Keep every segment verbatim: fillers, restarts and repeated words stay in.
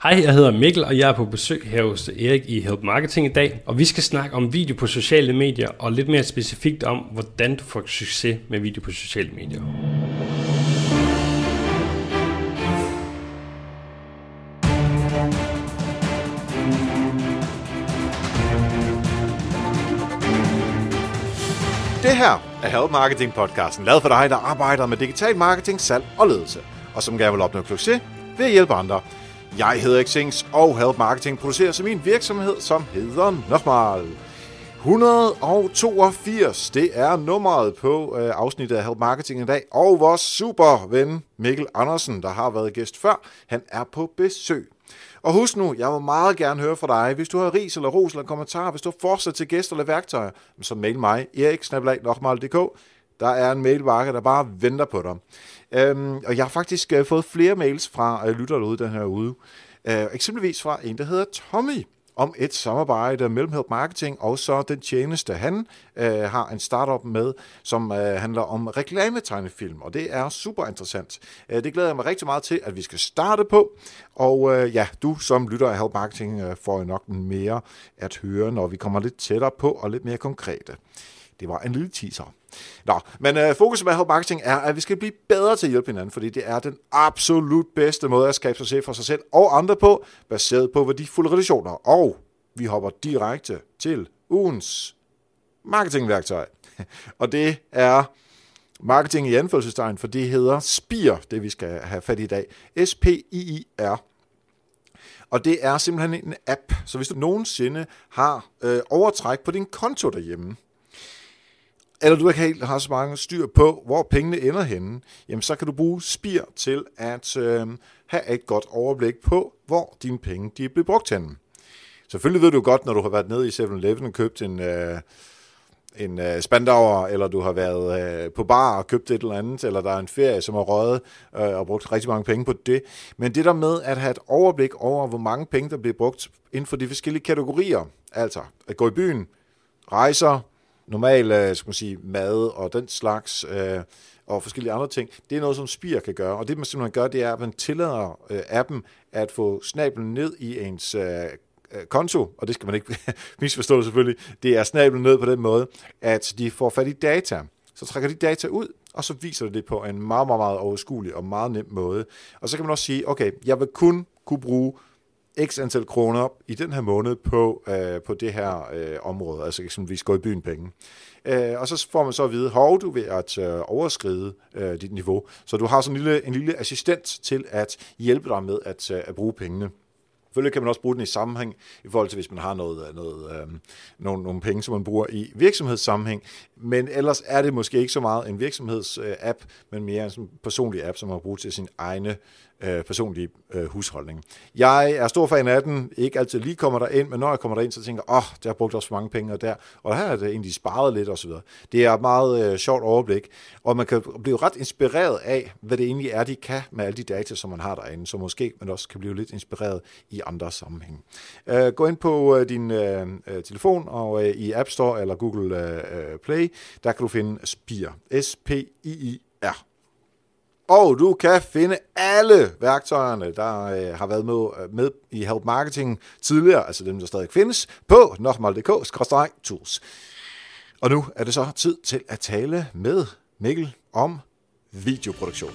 Hej, jeg hedder Mikkel, og jeg er på besøg her hos Erik i Help Marketing i dag. Og vi skal snakke om video på sociale medier, og lidt mere specifikt om, hvordan du får succes med video på sociale medier. Det her er Help Marketing podcasten, lavet for dig, der arbejder med digital marketing, salg og ledelse, og som gerne vil opnå succes ved at hjælpe andre. Jeg hedder Xings, og Help Marketing producerer som min virksomhed, som hedder Nochmal. et hundrede og toogfirs, det er nummeret på øh, afsnittet af Help Marketing i dag, og vores super ven Mikkel Andersen, der har været gæst før, han er på besøg. Og husk nu, jeg vil meget gerne høre fra dig. Hvis du har ris eller ros eller kommentarer, hvis du har fortsat til gæster eller værktøjer, så mail mig, erik snabel-a nochmal punktum d k. Der er en mailbakke, der bare venter på dig. Øhm, og jeg har faktisk øh, fået flere mails fra øh, lyttere derude den her uge. Øh, eksempelvis fra en, der hedder Tommy, om et samarbejde mellem Help Marketing og så den tjeneste, han øh, har en startup med, som øh, handler om reklametegnefilm, og det er super interessant. Øh, det glæder jeg mig rigtig meget til, at vi skal starte på, og øh, ja, du som lytter af Help Marketing øh, får jo nok mere at høre, når vi kommer lidt tættere på og lidt mere konkrete. Det var en lille teaser. Nå, men øh, fokuset med Help Marketing er, at vi skal blive bedre til at hjælpe hinanden, fordi det er den absolut bedste måde at skabe succes for sig selv og andre på, baseret på værdifulde relationer. Og vi hopper direkte til ugens marketingværktøj. Og det er marketing i anførselstegn, for det hedder Spir, det vi skal have fat i i dag. S P I I R. Og det er simpelthen en app, så hvis du nogensinde har øh, overtræk på din konto derhjemme, eller du ikke helt har så mange styr på, hvor pengene ender henne, jamen så kan du bruge Spir til at øh, have et godt overblik på, hvor dine penge de bliver brugt henne. Selvfølgelig ved du godt, når du har været nede i seven eleven og købt en, øh, en øh, spandauer, eller du har været øh, på bar og købt et eller andet, eller der er en ferie, som har røget øh, og brugt rigtig mange penge på det. Men det der med at have et overblik over, hvor mange penge, der bliver brugt inden for de forskellige kategorier, altså at gå i byen, rejser, normal skal man sige, mad og den slags, øh, og forskellige andre ting, det er noget, som Spir kan gøre. Og det, man simpelthen gør, det er, at man tillader øh, appen at få snablen ned i ens øh, konto, og det skal man ikke misforstå selvfølgelig. Det er snablen ned på den måde, at de får fat i data. Så trækker de data ud, og så viser det det på en meget, meget, meget overskuelig og meget nem måde. Og så kan man også sige, okay, jeg vil kun kunne bruge x antal kroner i den her måned på, øh, på det her øh, område, altså eksempelvis gå i byen penge. Øh, og så får man så at vide, hov, du ved at øh, overskride øh, dit niveau. Så du har sådan en lille, en lille assistent til at hjælpe dig med at, øh, at bruge pengene. Selvfølgelig kan man også bruge den i sammenhæng, i forhold til hvis man har noget, noget, øh, nogle, nogle penge, som man bruger i virksomhedssammenhæng. Men ellers er det måske ikke så meget en virksomhedsapp, men mere en personlig app, som man bruger til sin egne øh, personlige øh, husholdning. Jeg er stor fan af den, ikke altid lige kommer der ind, men når jeg kommer der ind, så tænker jeg, åh, oh, der har brugt også for mange penge og der, og her er det egentlig sparet lidt osv. Det er et meget øh, sjovt overblik, og man kan blive ret inspireret af, hvad det egentlig er, de kan med alle de data, som man har derinde, så måske man også kan blive lidt inspireret i andre sammenhæng. Uh, gå ind på uh, din uh, telefon og uh, i App Store eller Google uh, Play, der kan du finde Spir. S P I I R. Og du kan finde alle værktøjerne, der uh, har været med, uh, med i Help Marketing tidligere, altså dem, der stadig findes, på nochmal punktum d k skråstreg tools. Og nu er det så tid til at tale med Mikkel om videoproduktion.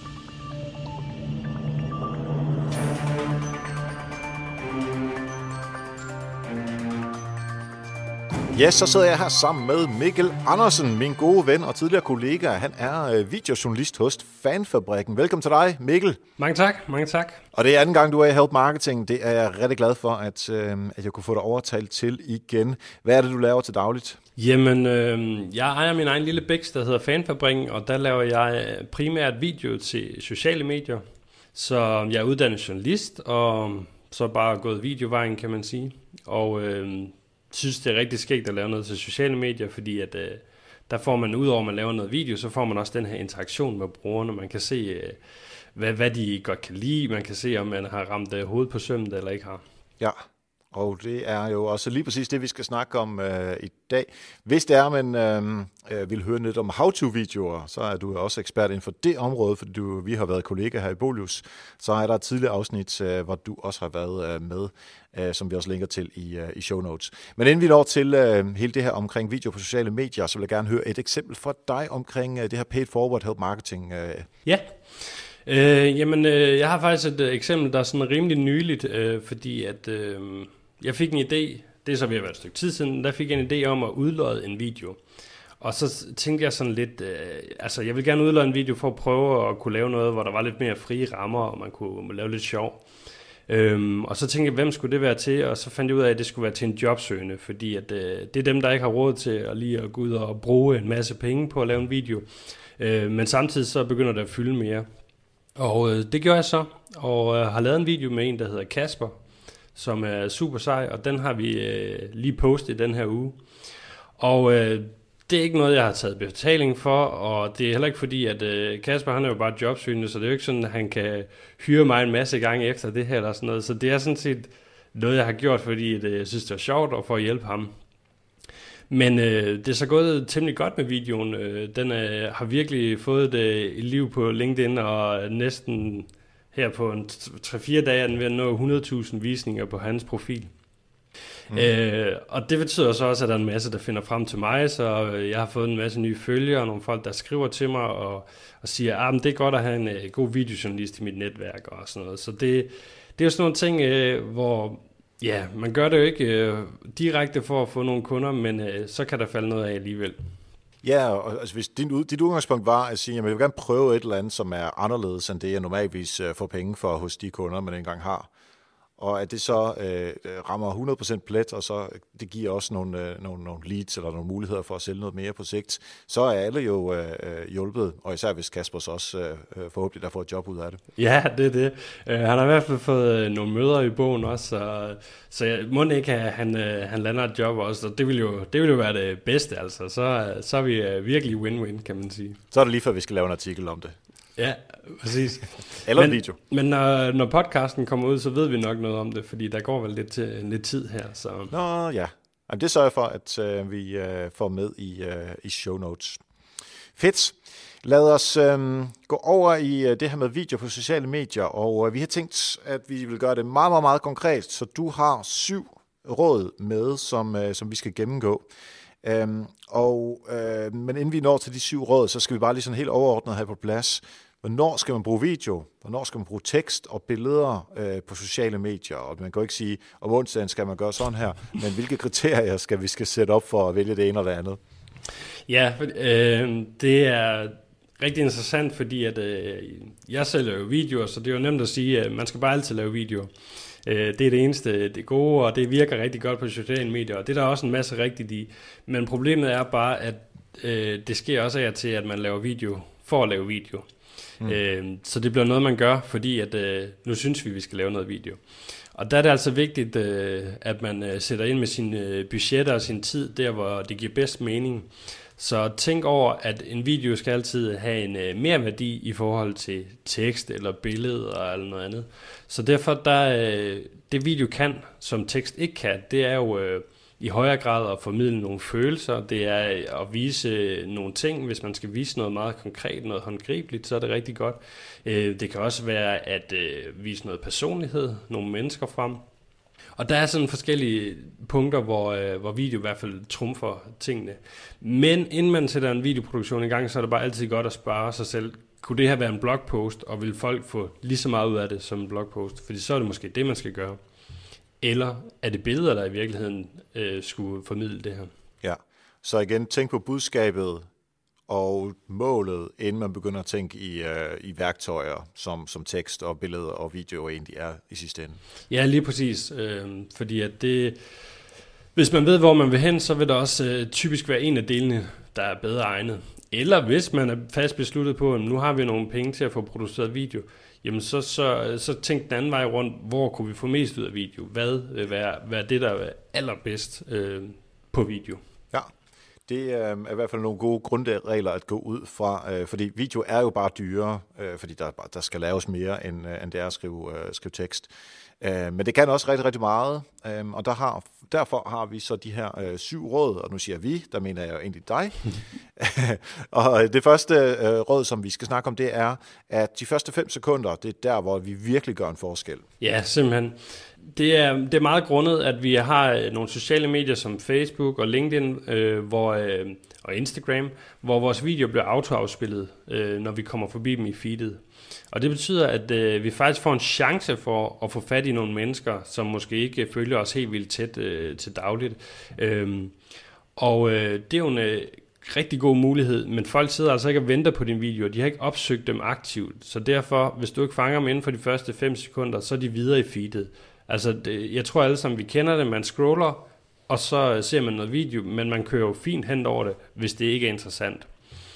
Ja, så sidder jeg her sammen med Mikkel Andersen, min gode ven og tidligere kollega. Han er videojournalist hos Fanfabrikken. Velkommen til dig, Mikkel. Mange tak, mange tak. Og det er anden gang, du er i Help Marketing. Det er jeg rigtig glad for, at, øh, at jeg kunne få dig overtalt til igen. Hvad er det, du laver til dagligt? Jamen, øh, jeg ejer min egen lille biks, der hedder Fanfabrikken, og der laver jeg primært video til sociale medier. Så jeg er uddannet journalist, og så bare gået videovejen, kan man sige. Og øh, synes, det er rigtig skægt at lave noget til sociale medier, fordi at, øh, der får man, udover at man laver noget video, så får man også den her interaktion med brugerne. Man kan se, øh, hvad, hvad de godt kan lide. Man kan se, om man har ramt øh, hovedet på sømmet eller ikke har. Ja, Og det er jo også lige præcis det, vi skal snakke om øh, i dag. Hvis det er, man øh, vil høre lidt om how-to-videoer, så er du også ekspert inden for det område, fordi du, vi har været kollegaer her i Bolius. Så er der et tidligere afsnit, øh, hvor du også har været øh, med, øh, som vi også linker til i, øh, i show notes. Men inden vi når til øh, hele det her omkring video på sociale medier, så vil jeg gerne høre et eksempel fra dig omkring øh, det her paid forward help marketing. Øh. Ja. Øh, jamen, øh, jeg har faktisk et øh, eksempel, der er sådan rimelig nyligt, øh, fordi at øh, jeg fik en idé, det er så ved at være et stykke tid siden, der fik jeg en idé om at udlodde en video. Og så tænkte jeg sådan lidt, øh, altså jeg vil gerne udlodde en video for at prøve at kunne lave noget, hvor der var lidt mere frie rammer, og man kunne lave lidt sjov. Øhm, og så tænkte jeg, hvem skulle det være til, og så fandt jeg ud af, at det skulle være til en jobsøgende, fordi at, øh, det er dem, der ikke har råd til at lige at gå ud og bruge en masse penge på at lave en video. Øh, men samtidig så begynder det at fylde mere. Og øh, det gjorde jeg så, og øh, har lavet en video med en, der hedder Kasper, som er super sej, og den har vi øh, lige postet den her uge. Og øh, det er ikke noget, jeg har taget betaling for, og det er heller ikke fordi, at øh, Kasper han er jo bare jobsøgende, så det er jo ikke sådan, at han kan hyre mig en masse gange efter det her eller sådan noget. Så det er sådan set noget, jeg har gjort, fordi at, øh, jeg synes, det var sjovt og for at hjælpe ham. Men øh, det er så gået temmelig godt med videoen. Øh, den øh, har virkelig fået et, øh, et liv på LinkedIn, og næsten her på en tre fire dage er den ved at nå hundrede tusind visninger på hans profil. Mm. Øh, og det betyder så også, at der er en masse, der finder frem til mig, så jeg har fået en masse nye følgere, og nogle folk, der skriver til mig og, og siger, at ah, det er godt at have en uh, god videojournalist i mit netværk og sådan noget. Så det, det er jo sådan nogle ting, uh, hvor ja, man gør det jo ikke uh, direkte for at få nogle kunder, men uh, så kan der falde noget af alligevel. Ja, og altså, hvis din, dit udgangspunkt var at sige, at jeg vil gerne prøve et eller andet, som er anderledes end det, jeg normalvis uh, får penge for hos de kunder, man engang har, og at det så øh, rammer hundrede procent plet, og så det giver også nogle, øh, nogle, nogle leads eller nogle muligheder for at sælge noget mere på sigt, så er alle jo øh, hjulpet, og især hvis Kasper også øh, forhåbentlig der får et job ud af det. Ja, det er det. Uh, han har i hvert fald fået uh, nogle møder i bogen også, så, så jeg må ikke have, han, uh, han lander et job også, og det vil jo, det vil jo være det bedste, altså. Så, uh, så er vi uh, virkelig win-win, kan man sige. Så er det lige før, vi skal lave en artikel om det. Ja, præcis. Eller men, en video. Men når, når podcasten kommer ud, så ved vi nok noget om det, fordi der går vel lidt, til, lidt tid her. Så. Nå ja, Jamen, det sørger jeg for, at øh, vi øh, får med i, øh, i show notes. Fedt. Lad os øh, gå over i øh, det her med video på sociale medier, og øh, vi har tænkt, at vi vil gøre det meget, meget, meget konkret, så du har syv råd med, som, øh, som vi skal gennemgå. Øhm, og, øh, men inden vi når til de syv råd, så skal vi bare lige sådan helt overordnet have på plads. Hvornår skal man bruge video? Hvornår skal man bruge tekst og billeder øh, på sociale medier? Og man kan jo ikke sige, om onsdagen skal man gøre sådan her, men hvilke kriterier skal vi skal sætte op for at vælge det ene eller det andet? Ja, øh, det er rigtig interessant, fordi at, øh, jeg selv laver videoer, så det er jo nemt at sige, at man skal bare altid lave videoer. Det er det eneste, det gode, og det virker rigtig godt på sociale medier, og det er der også en masse rigtigt i. Men problemet er bare, at øh, det sker også af til, at man laver video for at lave video. Mm. Øh, så det bliver noget, man gør, fordi at, øh, nu synes vi, vi skal lave noget video. Og der er det altså vigtigt, øh, at man øh, sætter ind med sine øh, budgetter og sin tid, der hvor det giver bedst mening. Så tænk over, at en video skal altid have en øh, mere værdi i forhold til tekst eller billeder eller noget andet. Så derfor, der, øh, det video kan, som tekst ikke kan, det er jo øh, i højere grad at formidle nogle følelser. Det er at vise nogle ting. Hvis man skal vise noget meget konkret, noget håndgribeligt, så er det rigtig godt. Øh, det kan også være at øh, vise noget personlighed, nogle mennesker frem. Og der er sådan forskellige punkter, hvor, øh, hvor video i hvert fald trumfer tingene. Men inden man sætter en videoproduktion i gang, så er det bare altid godt at spørge sig selv, kunne det her være en blogpost, og vil folk få lige så meget ud af det som en blogpost? Fordi så er det måske det, man skal gøre. Eller er det billeder, der i virkeligheden øh, skulle formidle det her? Ja, så igen, tænk på budskabet og målet, inden man begynder at tænke i, øh, i værktøjer, som, som tekst og billeder og video egentlig er i sidste ende. Ja, lige præcis. Øh, fordi at det, hvis man ved, hvor man vil hen, så vil der også øh, typisk være en af delene, der er bedre egnet. Eller hvis man er fast besluttet på, at nu har vi nogle penge til at få produceret video, jamen så, så, så tænk den anden vej rundt, hvor kunne vi få mest ud af video? Hvad vil være, være det, der er allerbedst øh, på video? Ja. Det er i hvert fald nogle gode grundregler at gå ud fra, øh, fordi video er jo bare dyrere, øh, fordi der, der skal laves mere, end, øh, end det er at skrive, øh, skrive tekst. Øh, men det kan også rigtig, rigtig meget, øh, og der har, derfor har vi så de her øh, syv råd, og nu siger vi, der mener jeg jo egentlig dig. Og det første øh, råd, som vi skal snakke om, det er, at de første fem sekunder, det er der, hvor vi virkelig gør en forskel. Ja, simpelthen. Det er, det er meget grundet, at vi har nogle sociale medier som Facebook og LinkedIn øh, hvor, øh, og Instagram, hvor vores video bliver autoafspillet, øh, når vi kommer forbi dem i feedet. Og det betyder, at øh, vi faktisk får en chance for at få fat i nogle mennesker, som måske ikke følger os helt vildt tæt øh, til dagligt. Øh, og øh, det er jo en øh, rigtig god mulighed, men folk sidder altså ikke og venter på din video, de har ikke opsøgt dem aktivt. Så derfor, hvis du ikke fanger dem inden for de første fem sekunder, så er de videre i feedet. Altså, det, jeg tror alle sammen, vi kender det, man scroller, og så ser man noget video, men man kører jo fint hen over det, hvis det ikke er interessant.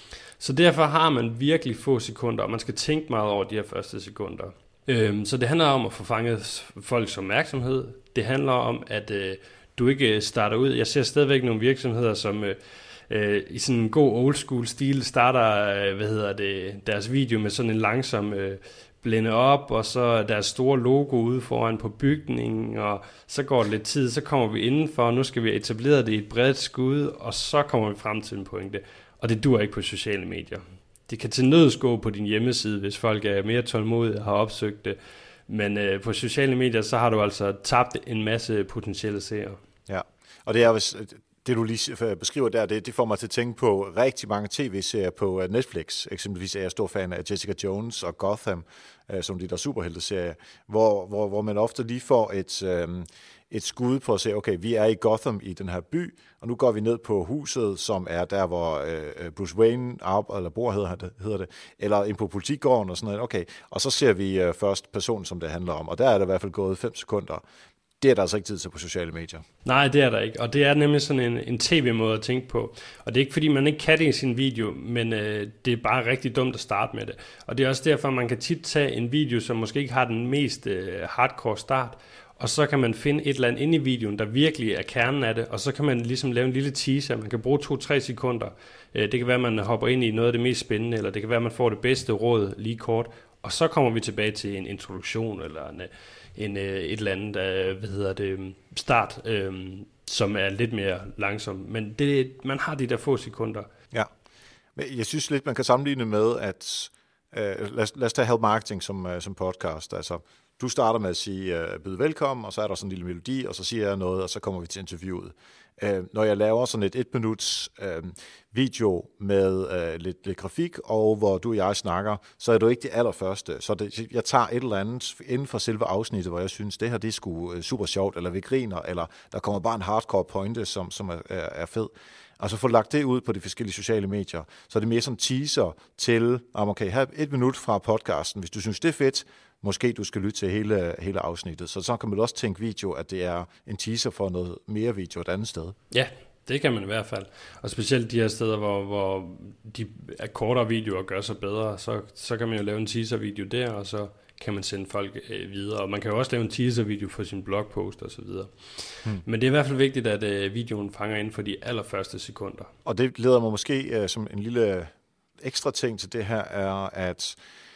Så derfor har man virkelig få sekunder, og man skal tænke meget over de her første sekunder. Øhm, så det handler om at få fanget folks opmærksomhed. Det handler om, at øh, du ikke starter ud. Jeg ser stadigvæk nogle virksomheder, som øh, øh, i sådan en god old school stil starter øh, hvad hedder det, deres video med sådan en langsom øh, blænde op, og så deres store logo ude foran på bygningen, og så går det lidt tid, så kommer vi indenfor, og nu skal vi etablere det i et bredt skud, og så kommer vi frem til en pointe. Og det dur ikke på sociale medier. Det kan til nøds gå på din hjemmeside, hvis folk er mere tålmodige og har opsøgt det, men øh, på sociale medier, så har du altså tabt en masse potentielle seere. Ja, og det er hvis det du lige beskriver der, det, det får mig til at tænke på rigtig mange tv-serier på Netflix. Eksempelvis er jeg stor fan af Jessica Jones og Gotham, øh, som de der superhelteserier, hvor, hvor, hvor man ofte lige får et, øh, et skud på at sige, okay, vi er i Gotham i den her by, og nu går vi ned på huset, som er der, hvor øh, Bruce Wayne arbejder, eller bor hedder det, hedder det, eller ind på politigården og sådan noget. Okay, og så ser vi øh, først personen, som det handler om, og der er der i hvert fald gået fem sekunder. Det er der altså ikke tid til på sociale medier. Nej, det er der ikke, og det er nemlig sådan en, en tv-måde at tænke på. Og det er ikke fordi, man ikke kan det i sin video, men øh, det er bare rigtig dumt at starte med det. Og det er også derfor, man kan tit tage en video, som måske ikke har den mest øh, hardcore start, og så kan man finde et eller andet inde i videoen, der virkelig er kernen af det, og så kan man ligesom lave en lille teaser. Man kan bruge to-tre sekunder. Øh, det kan være, at man hopper ind i noget af det mest spændende, eller det kan være, at man får det bedste råd lige kort, og så kommer vi tilbage til en introduktion, eller en en, et eller andet, hvad hedder det, start, øh, som er lidt mere langsom. Men det, man har de der få sekunder. Ja, men jeg synes lidt, man kan sammenligne med, at øh, lad, lad os tage Help Marketing som, uh, som podcast. Altså, du starter med at sige, uh, byd velkommen, og så er der sådan en lille melodi, og så siger jeg noget, og så kommer vi til interviewet. Uh, når jeg laver sådan et et minuts uh, video med uh, lidt, lidt grafik, og hvor du og jeg snakker, så er du ikke det allerførste. Så det, jeg tager et eller andet inden for selve afsnittet, hvor jeg synes, det her det er sgu uh, super sjovt, eller vi griner, eller der kommer bare en hardcore pointe, som, som er, er, er fed. Og så få lagt det ud på de forskellige sociale medier. Så er det mere som teaser til, okay, have et minut fra podcasten. Hvis du synes, det er fedt, måske du skal lytte til hele, hele afsnittet. Så så kan man også tænke video, at det er en teaser for noget mere video et andet sted. Ja, det kan man i hvert fald. Og specielt de her steder, hvor, hvor de er kortere videoer gør sig bedre, så, så kan man jo lave en teaser-video der, og så kan man sende folk øh, videre. Og man kan jo også lave en teaser-video for sin blogpost og så videre. Hmm. Men det er i hvert fald vigtigt, at øh, videoen fanger inden for de allerførste sekunder. Og det leder mig måske øh, som en lille ekstra ting til det her, er, at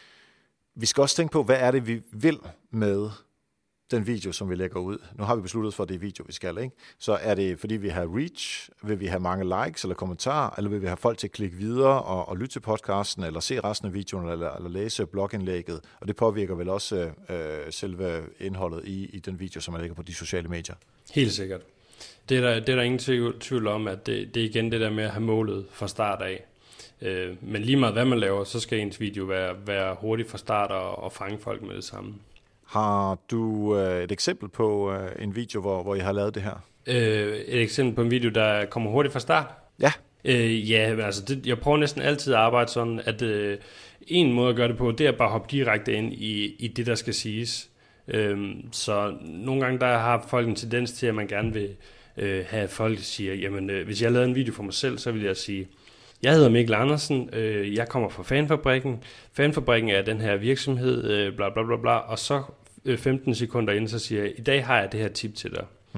vi skal også tænke på, hvad er det, vi vil med den video, som vi lægger ud. Nu har vi besluttet for, at det er video, vi skal, ikke? Så er det, fordi vi har reach, vil vi have mange likes eller kommentarer, eller vil vi have folk til at klikke videre og, og lytte til podcasten, eller se resten af videoen, eller, eller læse blogindlægget, og det påvirker vel også øh, selve indholdet i, i den video, som man lægger på de sociale medier. Helt sikkert. Det er der, det er der ingen tvivl, tvivl om, at det, det er igen det der med at have målet fra start af. Øh, men lige meget hvad man laver, så skal ens video være, være hurtigt fra start og, og fange folk med det samme. Har du øh, et eksempel på øh, en video, hvor, hvor I har lavet det her? Øh, et eksempel på en video, der kommer hurtigt fra start? Ja. Øh, ja, altså det, jeg prøver næsten altid at arbejde sådan, at øh, en måde at gøre det på, det er bare at hoppe direkte ind i, i det, der skal siges. Øh, så nogle gange der har folk en tendens til, at man gerne vil øh, have folk siger, jamen øh, hvis jeg lavede en video for mig selv, så vil jeg sige, jeg hedder Mikkel Andersen, øh, jeg kommer fra Fanfabrikken. Fanfabrikken er den her virksomhed, øh, bla bla bla bla, og så øh, femten sekunder inden, så siger jeg, i dag har jeg det her tip til dig. Mm.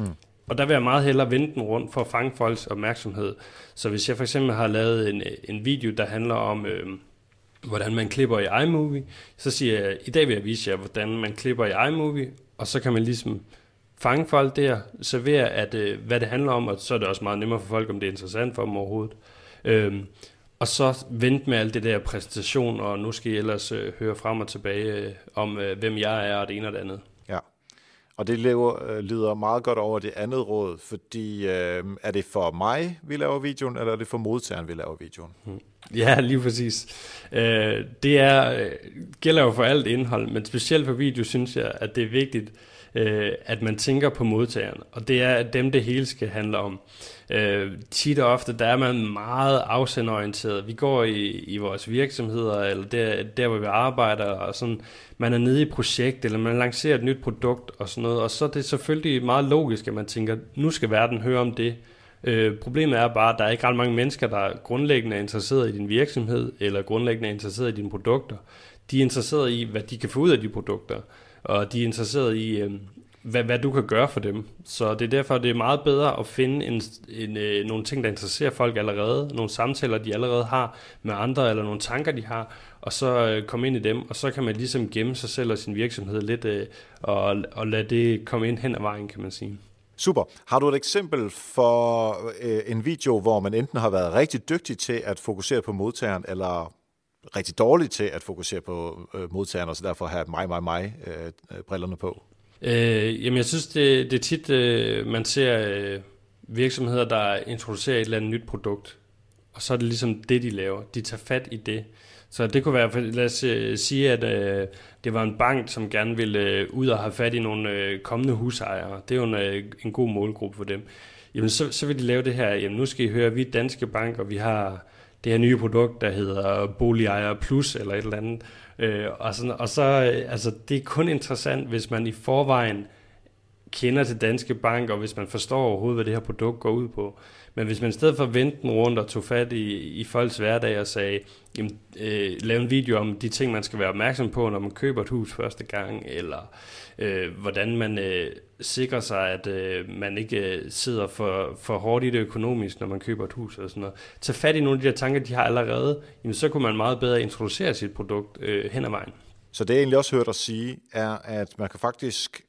Og der vil jeg meget hellere vende den rundt for at fange folks opmærksomhed. Så hvis jeg for eksempel har lavet en, en video, der handler om, øh, hvordan man klipper i iMovie, så siger jeg, i dag vil jeg vise jer, hvordan man klipper i iMovie, og så kan man ligesom fange folk der, servere, at, øh, hvad det handler om, og så er det også meget nemmere for folk, om det er interessant for dem overhovedet. Øhm, og så vente med alt det der præsentation, og nu skal I ellers øh, høre frem og tilbage øh, om, øh, hvem jeg er, og det ene og det andet. Ja, og det lever, leder meget godt over det andet råd, fordi øh, er det for mig, vi laver videoen, eller er det for modtageren, vi laver videoen? Hmm. Ja, lige præcis. Øh, det er, øh, gælder jo for alt indhold, men specielt for video synes jeg, at det er vigtigt, øh, at man tænker på modtageren, og det er dem, det hele skal handle om. Øh, tit og ofte, der er man meget afsenderorienteret. Vi går i, i vores virksomheder, eller der, der, hvor vi arbejder, og sådan, man er nede i et projekt, eller man lancerer et nyt produkt, og sådan noget, og så er det selvfølgelig meget logisk, at man tænker, nu skal verden høre om det. Øh, problemet er bare, at der er ikke ret mange mennesker, der grundlæggende er interesseret i din virksomhed, eller grundlæggende er interesseret i dine produkter. De er interesseret i, hvad de kan få ud af de produkter, og de er interesseret i, øh, hvad, hvad du kan gøre for dem. Så det er derfor, det er meget bedre at finde en, en, øh, nogle ting, der interesserer folk allerede, nogle samtaler, de allerede har med andre, eller nogle tanker, de har, og så øh, komme ind i dem, og så kan man ligesom gemme sig selv og sin virksomhed lidt, øh, og, og lade det komme ind hen ad vejen, kan man sige. Super. Har du et eksempel for øh, en video, hvor man enten har været rigtig dygtig til at fokusere på modtageren, eller rigtig dårlig til at fokusere på øh, modtageren, og så derfor have mig, mig, mig øh, brillerne på? Øh, jamen, jeg synes, det, det er tit, øh, man ser øh, virksomheder, der introducerer et eller andet nyt produkt, og så er det ligesom det, de laver. De tager fat i det. Så det kunne være, lad os øh, sige, at øh, det var en bank, som gerne ville øh, ud og have fat i nogle øh, kommende husejere. Det er jo en, øh, en god målgruppe for dem. Jamen, så, så vil de lave det her. Jamen, nu skal I høre, vi er Danske Bank, og vi har det her nye produkt, der hedder Boligejer Plus, eller et eller andet. Øh, og, sådan, og så, øh, altså, det er kun interessant, hvis man i forvejen kender til Danske Bank, og hvis man forstår overhovedet, hvad det her produkt går ud på. Men hvis man i stedet for vendte den rundt og tog fat i, i folks hverdag og sagde, jamen, øh, lave en video om de ting, man skal være opmærksom på, når man køber et hus første gang, eller øh, hvordan man øh, sikrer sig, at øh, man ikke øh, sidder for, for hårdt i det økonomisk, når man køber et hus og sådan noget. Tag fat i nogle af de der tanker, de har allerede, jamen, så kunne man meget bedre introducere sit produkt øh, hen ad vejen. Så det jeg egentlig også hørt dig sige, er, at man kan faktisk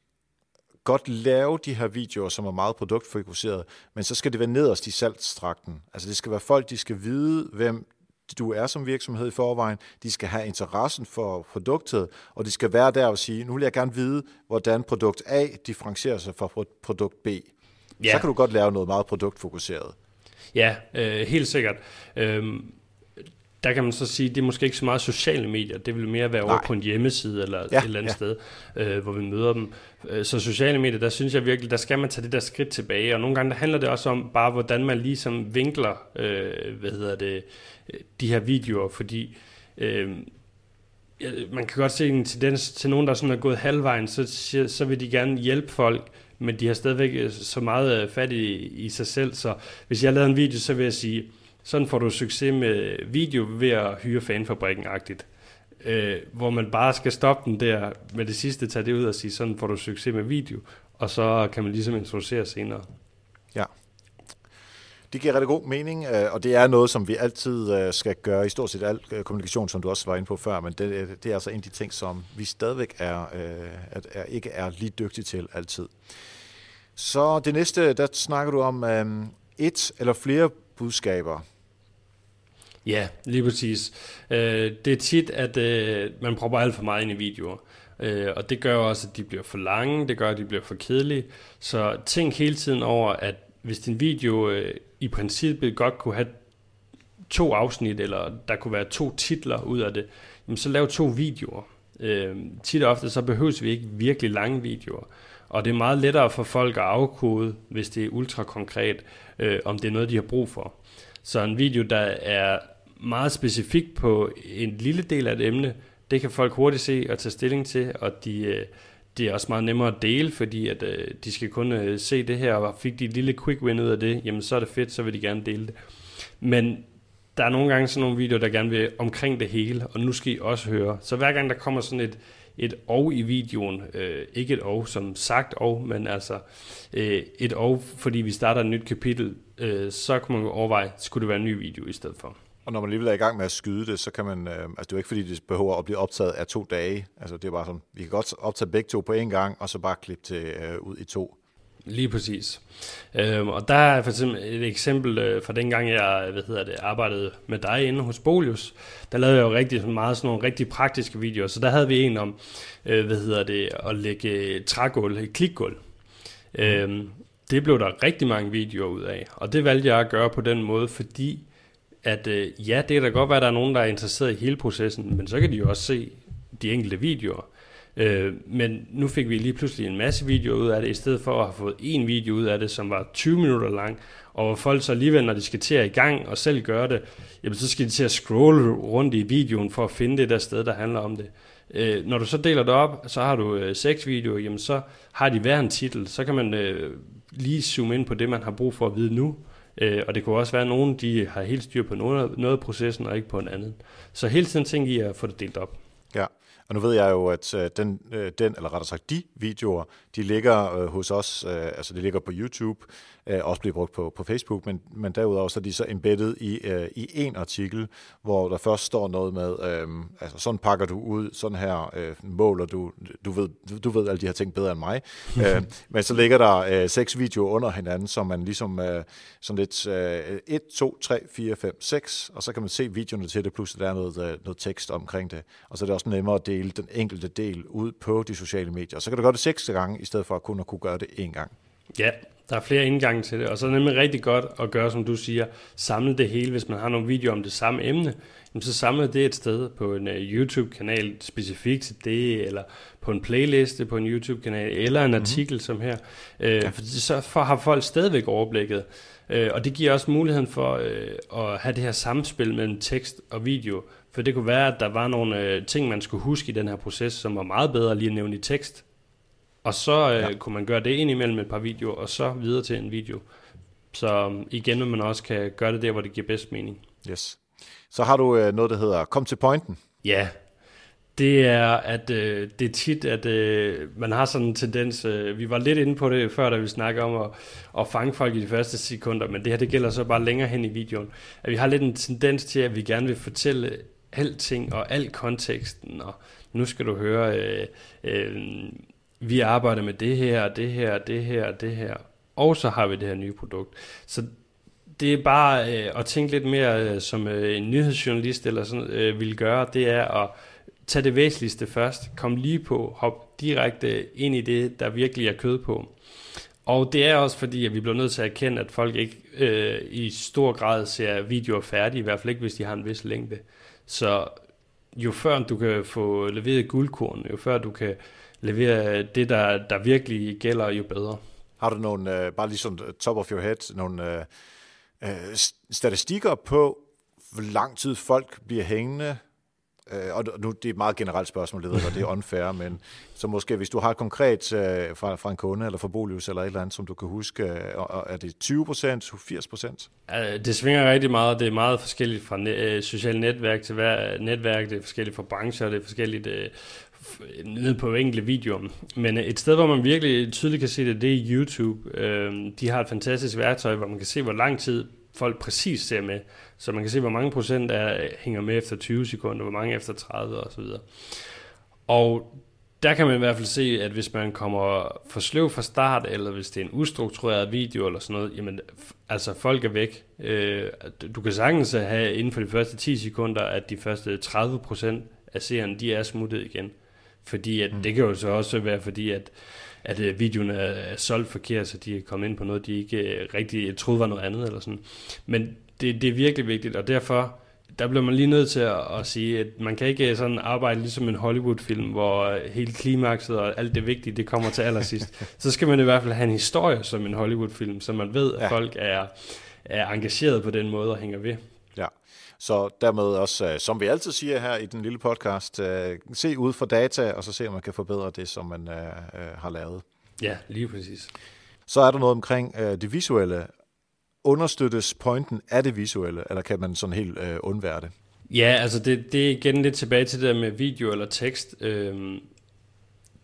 godt lave de her videoer, som er meget produktfokuseret, men så skal det være nederst i salgstrakten. Altså det skal være folk, de skal vide, hvem du er som virksomhed i forvejen, de skal have interessen for produktet, og de skal være der og sige, nu vil jeg gerne vide, hvordan produkt A differentierer sig fra produkt B. Ja. Så kan du godt lave noget meget produktfokuseret. Ja, øh, helt sikkert. Øhm Der kan man så sige, at det er måske ikke så meget sociale medier, det vil mere være over Nej. på en hjemmeside eller ja, et eller andet ja. sted, øh, hvor vi møder dem. Så sociale medier, der synes jeg virkelig, der skal man tage det der skridt tilbage, og nogle gange der handler det også om bare, hvordan man ligesom vinkler, øh, hvad hedder det, de her videoer, fordi øh, man kan godt se en tendens til nogen, der sådan er gået halvvejen, så, så vil de gerne hjælpe folk, men de har stadigvæk så meget fat i, i sig selv, så hvis jeg lavede en video, så vil jeg sige, sådan får du succes med video ved at hyre Fanfabrikken-agtigt. Øh, hvor man bare skal stoppe den der med det sidste, tage det ud og sige, sådan får du succes med video. Og så kan man ligesom introducere senere. Ja. Det giver rigtig god mening, og det er noget, som vi altid skal gøre i stort set al kommunikation, som du også var inde på før, men det, det er altså en af de ting, som vi stadigvæk er, er, er, ikke er lige dygtige til altid. Så det næste, der snakker du om um, et eller flere budskaber. Ja, lige præcis. Øh, det er tit, at øh, man propper alt for meget ind i videoer. Øh, og det gør også, at de bliver for lange, det gør, at de bliver for kedelige. Så tænk hele tiden over, at hvis din video øh, i princippet godt kunne have to afsnit, eller der kunne være to titler ud af det, jamen så lav to videoer. Øh, tit og ofte så behøves vi ikke virkelig lange videoer. Og det er meget lettere for folk at afkode, hvis det er ultra konkret, øh, om det er noget, de har brug for. Så en video, der er meget specifik på en lille del af et emne, det kan folk hurtigt se og tage stilling til, og de, øh, det er også meget nemmere at dele, fordi at, øh, de skal kun øh, se det her, og fik de et lille quick win ud af det, jamen så er det fedt, så vil de gerne dele det. Men der er nogle gange sådan nogle videoer, der gerne vil omkring det hele, og nu skal I også høre. Så hver gang der kommer sådan et et og i videoen. Øh, ikke et og som sagt og, men altså øh, et og, fordi vi starter et nyt kapitel, øh, så kan man overveje, skulle det være en ny video i stedet for. Og når man alligevel er i gang med at skyde det, så kan man, øh, altså det er jo ikke fordi, det behøver at blive optaget af to dage. Altså det er bare sådan, vi kan godt optage begge to på én gang, og så bare klippe det øh, ud i to. Lige præcis. Øhm, og der er for eksempel et eksempel øh, fra dengang, jeg hvad hedder det, arbejdede med dig inde hos Bolius. Der lavede jeg jo rigtig meget sådan nogle rigtig praktiske videoer. Så der havde vi en om, øh, hvad hedder det, at lægge trægulv, et klikgulv. Mm. Øhm, det blev der rigtig mange videoer ud af. Og det valgte jeg at gøre på den måde, fordi at øh, ja, det kan da godt være, at der er nogen, der er interesseret i hele processen, men så kan de jo også se de enkelte videoer. Øh, men nu fik vi lige pludselig en masse videoer ud af det, i stedet for at have fået en video ud af det, som var tyve minutter lang, og hvor folk så alligevel, når de skal til at i gang og selv gøre det, jamen så skal de til at scrolle rundt i videoen for at finde det der sted, der handler om det. Øh, når du så deler det op, så har du øh, seks videoer, jamen så har de hver en titel, så kan man øh, lige zoome ind på det, man har brug for at vide nu. Øh, og det kunne også være, at nogen de har helt styr på noget, noget af processen, og ikke på en anden. Så hele tiden tænker I at få det delt op. Ja, og nu ved jeg jo, at øh, den, øh, den, eller rettere sagt de videoer, de ligger øh, hos os, øh, altså de ligger på YouTube, øh, også bliver brugt på, på Facebook, men, men derudover så er de så embedded i, øh, i en artikel, hvor der først står noget med, øh, altså sådan pakker du ud, sådan her øh, måler du, du ved, du ved alle de her ting bedre end mig, øh, men så ligger der øh, seks videoer under hinanden, så man ligesom øh, sådan lidt øh, et, to, tre, fire, fem, seks, og så kan man se videoerne til det, plus der er noget, øh, noget tekst omkring det, og så er det også nemmere at dele den enkelte del ud på de sociale medier. Så kan du gøre det seks gange, i stedet for at kun at kunne gøre det én gang. Ja, der er flere indgange til det, og så er det nemlig rigtig godt at gøre, som du siger, samle det hele. Hvis man har nogle videoer om det samme emne, så samle det et sted på en YouTube-kanal specifikt til det, eller på en playliste på en YouTube-kanal, eller en mm-hmm. artikel som her. Ja. For så har folk stadigvæk overblikket. Og det giver også muligheden for at have det her samspil mellem tekst og video. For det kunne være, at der var nogle ting, man skulle huske i den her proces, som var meget bedre lige at nævne i tekst. Og så øh, ja. kunne man gøre det ind imellem et par videoer, og så videre til en video. Så igen, man også kan gøre det der, hvor det giver bedst mening. Yes. Så har du øh, noget, der hedder kom til pointen. Ja, det er, at øh, det er tit, at øh, man har sådan en tendens, øh, vi var lidt inde på det før, da vi snakkede om at, at fange folk i de første sekunder, men det her, det gælder så bare længere hen i videoen, at vi har lidt en tendens til, at vi gerne vil fortælle alting og al konteksten, og nu skal du høre... Øh, øh, vi arbejder med det her, det her, det her, det her, og så har vi det her nye produkt. Så det er bare øh, at tænke lidt mere, øh, som øh, en nyhedsjournalist eller sådan øh, vil gøre, det er at tage det væsentligste først, komme lige på, hop direkte ind i det, der virkelig er kød på. Og det er også fordi, at vi bliver nødt til at erkende, at folk ikke øh, i stor grad ser videoer færdige, i hvert fald ikke, hvis de har en vis længde. Så jo før du kan få leveret guldkorn, jo før du kan levere det, der, der virkelig gælder, jo bedre. Har du nogle, uh, bare lige sådan top of your head, nogle uh, uh, statistikker på, hvor lang tid folk bliver hængende? Uh, og nu det er et meget generelt spørgsmål, det ved jeg, det er unfair, men så måske, hvis du har et konkret uh, fra, fra en kunde, eller fra Bolius, eller et eller andet, som du kan huske, uh, er det tyve procent, firs procent? Uh, det svinger rigtig meget, det er meget forskelligt fra ne- uh, sociale netværk til hver netværk, det er forskelligt fra brancher, det er forskelligt... Uh, ned på enkelte videoer. Men et sted, hvor man virkelig tydeligt kan se det, det er YouTube. De har et fantastisk værktøj, hvor man kan se, hvor lang tid folk præcis ser med. Så man kan se, hvor mange procent er, hænger med efter tyve sekunder, hvor mange efter tredive og så videre. Og der kan man i hvert fald se, at hvis man kommer for sløv fra start, eller hvis det er en ustruktureret video eller sådan noget, jamen altså folk er væk. Du kan sagtens have inden for de første ti sekunder, at de første tredive procent af seerne, de er smuttet igen. Fordi at, mm. det kan jo så også være fordi, at, at videoen er solgt forkert, så de er kommet ind på noget, de ikke rigtig troede var noget andet. Eller sådan. Men det, det er virkelig vigtigt, og derfor der bliver man lige nødt til at, at sige, at man kan ikke sådan arbejde ligesom en Hollywood-film, hvor hele klimakset og alt det vigtige, det kommer til allersidst. Så skal man i hvert fald have en historie som en Hollywood-film, så man ved, at ja. folk er, er engageret på den måde og hænger ved. Ja. Så dermed også, som vi altid siger her i den lille podcast, se ud for data, og så se, om man kan forbedre det, som man har lavet. Ja, lige præcis. Så er der noget omkring det visuelle. Understøttes pointen af det visuelle, eller kan man sådan helt undvære det? Ja, altså det, det er igen lidt tilbage til det der med video eller tekst. Øhm,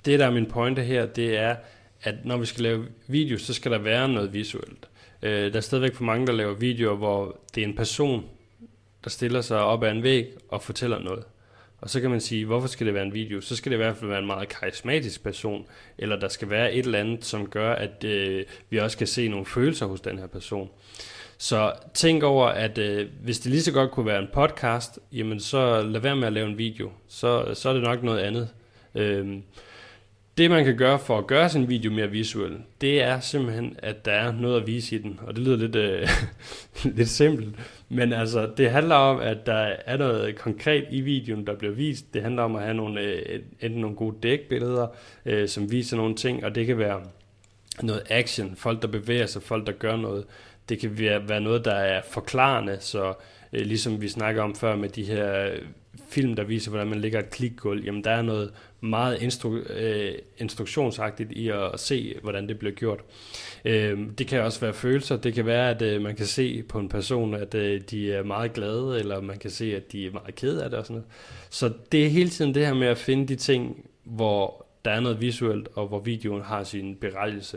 det der er min pointe her, det er, at når vi skal lave video, så skal der være noget visuelt. Øh, der er stadigvæk for mange, der laver videoer, hvor det er en person, der stiller sig op ad en væg og fortæller noget. Og så kan man sige, hvorfor skal det være en video? Så skal det i hvert fald være en meget karismatisk person, eller der skal være et eller andet, som gør, at øh, vi også kan se nogle følelser hos den her person. Så tænk over, at øh, hvis det lige så godt kunne være en podcast, jamen så lad være med at lave en video. Så, så er det nok noget andet. Øh, Det man kan gøre for at gøre sin video mere visuel, det er simpelthen, at der er noget at vise i den. Og det lyder lidt, øh, lidt simpelt, men altså, det handler om, at der er noget konkret i videoen, der bliver vist. Det handler om at have nogle, øh, enten nogle gode dækbilleder, øh, som viser nogle ting, og det kan være noget action, folk der bevæger sig, folk der gør noget. Det kan være, være noget, der er forklarende, så øh, ligesom vi snakker om før med de her film, der viser, hvordan man lægger et klikgulv, jamen der er noget meget instru- øh, instruktionsagtigt i at, at se, hvordan det bliver gjort. Øh, det kan også være følelser. Det kan være, at øh, man kan se på en person, at øh, de er meget glade, eller man kan se, at de er meget kede af det og sådan noget. Så det er hele tiden det her med at finde de ting, hvor der er noget visuelt, og hvor videoen har sin berettigelse.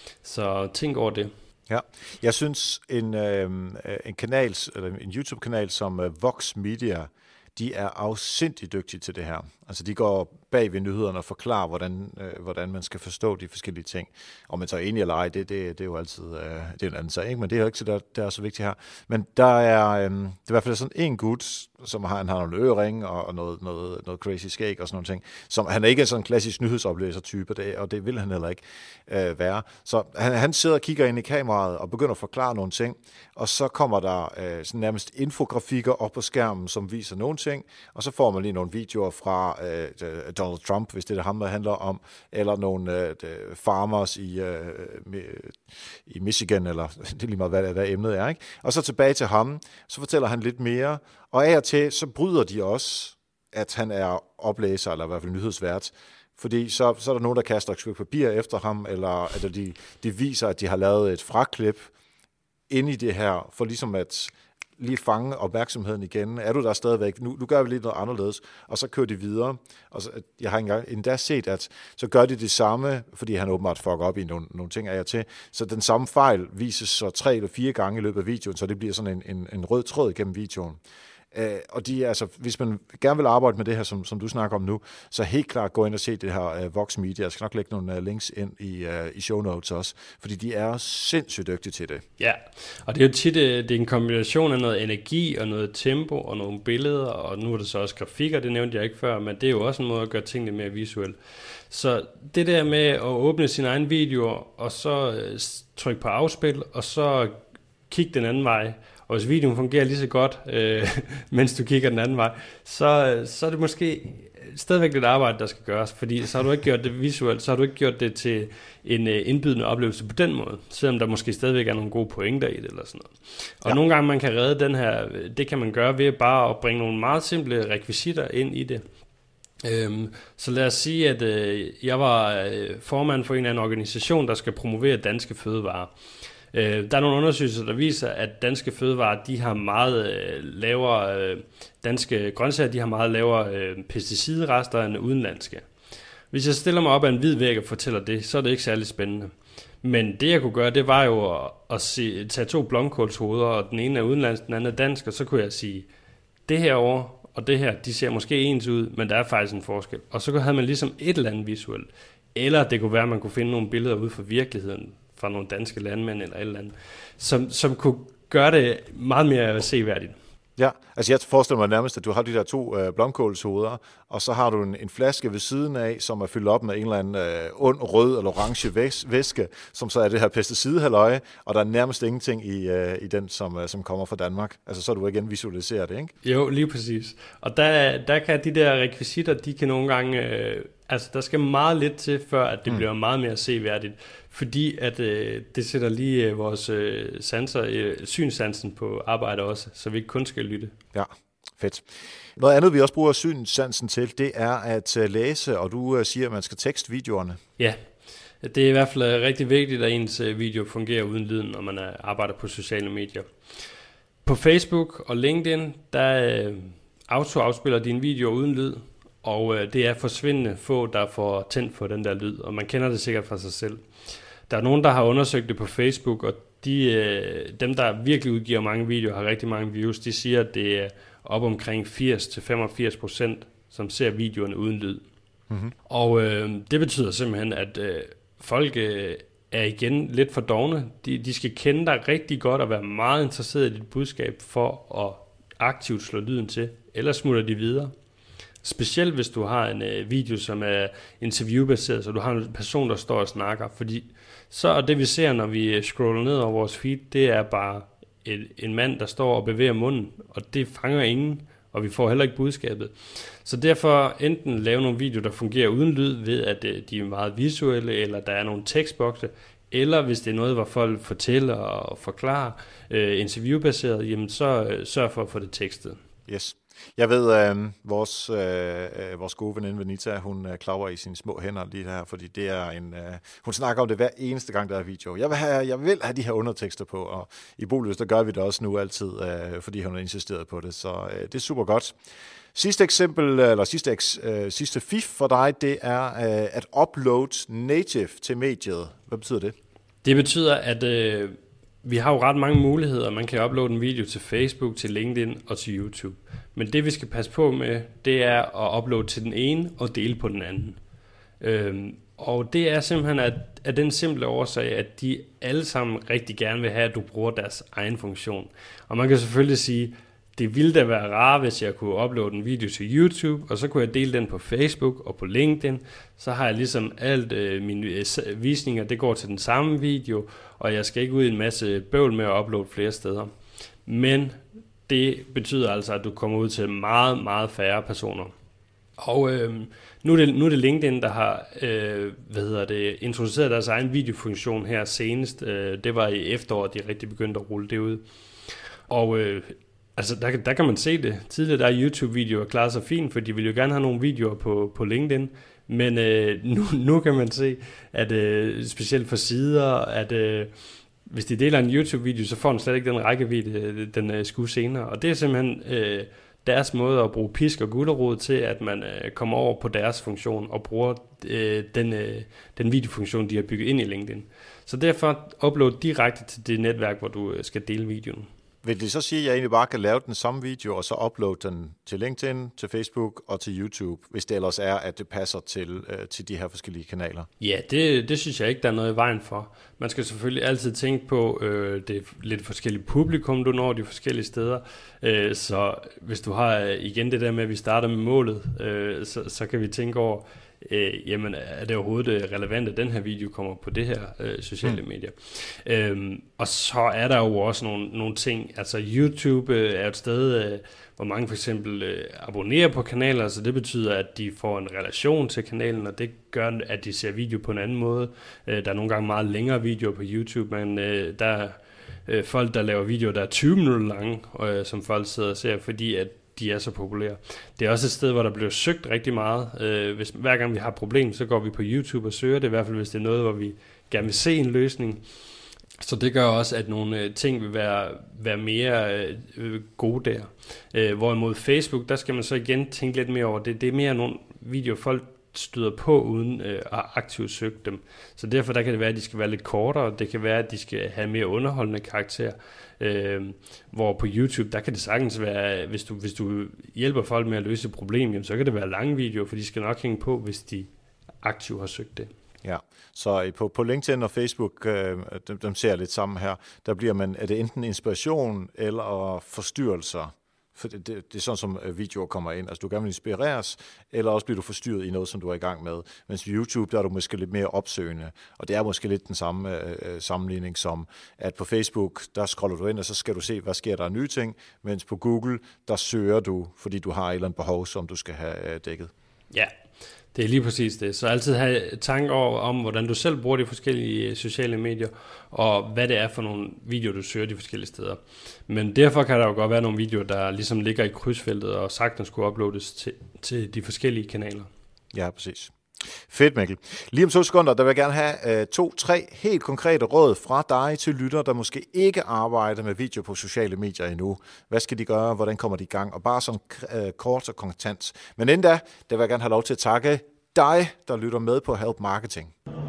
Så tænk over det. Ja, jeg synes en, øh, en kanal, eller en YouTube-kanal som øh, Vox Media, de er afsindigt dygtige til det her. Altså de går bag ved nyhederne og forklarer, hvordan, øh, hvordan man skal forstå de forskellige ting. Om man så er enig eller ej, det, det, det er jo altid øh, det er en anden sag, ikke? Men det er jo ikke så, der, det er så vigtigt her. Men der er, øh, det er i hvert fald sådan en gut, som har, han har nogle øreringe og, og noget, noget, noget crazy skæg og sådan nogle ting. Som, han er ikke sådan en klassisk nyhedsoplæser-type, det, og det vil han heller ikke øh, være. Så han, han sidder og kigger ind i kameraet og begynder at forklare nogle ting, og så kommer der øh, sådan nærmest infografikker op på skærmen, som viser nogle ting, og så får man lige nogle videoer fra øh, Donald Trump, hvis det er ham, der handler om, eller nogle øh, farmers i, øh, i Michigan, eller det er lige meget, hvad, hvad emnet er, ikke? Og så tilbage til ham, så fortæller han lidt mere, og af og til, så bryder de også, at han er oplæser, eller i hvert fald nyhedsvært, fordi så, så er der nogen, der kaster et stykke papir efter ham, eller, eller de, de viser, at de har lavet et fraklip ind i det her, for ligesom at lige fange opmærksomheden igen. Er du der stadigvæk? Nu, nu gør vi lidt noget anderledes, og så kører de videre. Og så, jeg har engang endda set, at så gør de det samme, fordi han åbenbart fucker op i nogle, nogle ting af jer til. Så den samme fejl vises så tre eller fire gange i løbet af videoen, så det bliver sådan en, en, en rød tråd gennem videoen. Uh, og de, altså, hvis man gerne vil arbejde med det her, som, som du snakker om nu, så helt klart gå ind og se det her uh, Vox Media. Jeg skal nok lægge nogle uh, links ind i, uh, i show notes også, fordi de er sindssygt dygtige til det. Ja, og det er jo tit det er en kombination af noget energi og noget tempo og nogle billeder, og nu er det så også grafikker, det nævnte jeg ikke før, men det er jo også en måde at gøre tingene mere visuelle. Så det der med at åbne sin egen video, og så uh, trykke på afspil, og så kigge den anden vej, og hvis videoen fungerer lige så godt, øh, mens du kigger den anden vej, så, så er det måske stadigvæk lidt arbejde, der skal gøres, fordi så har du ikke gjort det visuelt, så har du ikke gjort det til en øh, indbydende oplevelse på den måde, selvom der måske stadigvæk er nogle gode pointer i det, eller sådan noget. Og ja. Nogle gange man kan redde den her, det kan man gøre ved bare at bringe nogle meget simple rekvisitter ind i det. Øhm, så lad os sige, at øh, jeg var øh, formand for en eller anden organisation, der skal promovere danske fødevarer. Der er nogle undersøgelser, der viser, at danske fødevarer, de har meget øh, lavere, øh, danske grøntsager, de har meget lavere øh, pesticidrester end udenlandske. Hvis jeg stiller mig op ad en hvid væg og fortæller det, så er det ikke særlig spændende. Men det jeg kunne gøre, det var jo at, at se, tage to blomkålshoveder, og den ene er udenlandsk, den anden er dansk, og så kunne jeg sige, det her over og det her, de ser måske ens ud, men der er faktisk en forskel. Og så havde man ligesom et eller andet visuelt. Eller det kunne være, at man kunne finde nogle billeder ud fra virkeligheden, fra nogle danske landmænd eller et eller andet, som, som kunne gøre det meget mere seværdigt. Ja, altså jeg forestiller mig nærmest, at du har de der to øh, blomkålshoveder, og så har du en, en flaske ved siden af, som er fyldt op med en eller anden øh, ond, rød eller orange væs- væske, som så er det her pesticidhalløje, og der er nærmest ingenting i, øh, i den, som, øh, som kommer fra Danmark. Altså så du igen visualiserer det, ikke? Jo, lige præcis. Og der, der kan de der rekvisitter, de kan nogle gange, øh, altså der skal meget lidt til, før at det mm. bliver meget mere seværdigt, fordi at øh, det sætter lige øh, vores øh, sanser, øh, synssansen på arbejde også, så vi ikke kun skal lytte. Ja, fedt. Noget andet, vi også bruger synssansen til, det er at uh, læse, og du uh, siger, at man skal tekste videoerne. Ja, det er i hvert fald rigtig vigtigt, at ens video fungerer uden lyden, når man arbejder på sociale medier. På Facebook og LinkedIn, der uh, auto-afspiller dine videoer uden lyd, og øh, det er forsvindende få, der får tændt for den der lyd, og man kender det sikkert fra sig selv. Der er nogen, der har undersøgt det på Facebook, og de, øh, dem, der virkelig udgiver mange videoer, har rigtig mange views, de siger, at det er op omkring firs til femogfirs procent, som ser videoerne uden lyd. Mm-hmm. Og øh, det betyder simpelthen, at øh, folk øh, er igen lidt for dovne. De, de skal kende dig rigtig godt og være meget interesseret i dit budskab for at aktivt slå lyden til, ellers smutter de videre. Specielt hvis du har en øh, video, som er interviewbaseret, så du har en person, der står og snakker. Fordi så er det, vi ser, når vi scroller ned over vores feed, det er bare et, en mand, der står og bevæger munden, og det fanger ingen, og vi får heller ikke budskabet. Så derfor enten lave nogle videoer, der fungerer uden lyd, ved at øh, de er meget visuelle, eller der er nogle tekstbokse, eller hvis det er noget, hvor folk fortæller og forklarer øh, interviewbaseret, jamen så øh, sørg for at få det tekstet. Yes. Jeg ved, øh, vores, øh, vores gode veninde Venita, hun øh, klager i sine små hænder lige her, fordi det er en, øh, hun snakker om det hver eneste gang, der er video. Jeg vil have, jeg vil have de her undertekster på, og i Boløs, der gør vi det også nu altid, øh, fordi hun har insisteret på det, så øh, det er super godt. Sidste eksempel, eller sidste, øh, sidste fif for dig, det er øh, at upload native til mediet. Hvad betyder det? Det betyder, at øh, vi har jo ret mange muligheder. Man kan uploade en video til Facebook, til LinkedIn og til YouTube. Men det vi skal passe på med, det er at uploade til den ene og dele på den anden. Øhm, og det er simpelthen at, at den simple årsag, at de alle sammen rigtig gerne vil have, at du bruger deres egen funktion. Og man kan selvfølgelig sige, det ville da være rart, hvis jeg kunne uploade en video til YouTube, og så kunne jeg dele den på Facebook og på LinkedIn. Så har jeg ligesom alt øh, mine øh, visninger, det går til den samme video, og jeg skal ikke ud i en masse bøvl med at uploade flere steder. Men det betyder altså, at du kommer ud til meget, meget færre personer. Og øh, nu, er det, nu er det LinkedIn, der har øh, hvad hedder det, introduceret deres egen videofunktion her senest. Øh, det var i efteråret, de rigtig begyndte at rulle det ud. Og øh, altså, der, der kan man se det. Tidligere der er YouTube-videoer klaret sig fint, for de vil jo gerne have nogle videoer på, på LinkedIn. Men øh, nu, nu kan man se, at øh, specielt for sider, at øh, hvis de deler en YouTube-video, så får den slet ikke den rækkevidde, den øh, skulle senere. Og det er simpelthen øh, deres måde at bruge pisk og gulerod til, at man øh, kommer over på deres funktion og bruger øh, den, øh, den videofunktion, de har bygget ind i LinkedIn. Så derfor upload direkte til det netværk, hvor du øh, skal dele videoen. Vil det så sige, at jeg egentlig bare kan lave den samme video, og så uploade den til LinkedIn, til Facebook og til YouTube, hvis det ellers er, at det passer til, øh, til de her forskellige kanaler? Ja, det, det synes jeg ikke, der er noget i vejen for. Man skal selvfølgelig altid tænke på, øh, det er lidt forskellige publikum, du når de forskellige steder. Øh, så hvis du har igen det der med, at vi starter med målet, øh, så, så kan vi tænke over, Øh, jamen er det overhovedet relevant, at den her video kommer på det her øh, sociale mm. medier. Øhm, og så er der jo også nogle, nogle ting, altså YouTube øh, er et sted, øh, hvor mange for eksempel øh, abonnerer på kanaler, så det betyder, at de får en relation til kanalen, og det gør, at de ser video på en anden måde. Øh, der er nogle gange meget længere videoer på YouTube, men øh, der er øh, folk, der laver videoer, der er tyve minutter lange, øh, som folk sidder og ser, fordi at de er så populære. Det er også et sted, hvor der bliver søgt rigtig meget. Øh, hvis, hver gang vi har et problem, så går vi på YouTube og søger det, i hvert fald hvis det er noget, hvor vi gerne vil se en løsning. Så det gør også, at nogle øh, ting vil være, være mere øh, gode der. Øh, hvorimod Facebook, der skal man så igen tænke lidt mere over det. Det er mere nogle videoer, folk støder på uden øh, at aktivt søge dem. Så derfor der kan det være, at de skal være lidt kortere. Det kan være, at de skal have mere underholdende karakter. Øh, hvor på YouTube, der kan det sagtens være, hvis du, hvis du hjælper folk med at løse et problem, jamen, så kan det være lange videoer, for de skal nok hænge på, hvis de aktivt har søgt det. Ja, så på, på LinkedIn og Facebook, øh, dem, dem ser jeg lidt sammen her, der bliver man, er det enten inspiration eller forstyrrelser? For det, det, det er sådan, som videoer kommer ind. Altså, du gerne vil inspireres, eller også bliver du forstyrret i noget, som du er i gang med. Mens på YouTube, der er du måske lidt mere opsøgende. Og det er måske lidt den samme øh, sammenligning som, at på Facebook, der scroller du ind, og så skal du se, hvad sker der af nye ting. Mens på Google, der søger du, fordi du har et eller andet behov, som du skal have øh, dækket. Ja, det er lige præcis det. Så altid have tanker over, om, hvordan du selv bruger de forskellige sociale medier, og hvad det er for nogle videoer, du søger de forskellige steder. Men derfor kan der jo godt være nogle videoer, der ligesom ligger i krydsfeltet, og sagtens skulle uploades til, til de forskellige kanaler. Ja, præcis. Fedt, Mikkel. Lige om to sekunder, der vil jeg gerne have uh, to-tre helt konkrete råd fra dig til lytter, der måske ikke arbejder med video på sociale medier endnu. Hvad skal de gøre? Hvordan kommer de i gang? Og bare sådan uh, kort og kontant. Men inden da, der vil jeg gerne have lov til at takke dig, der lytter med på Help Marketing.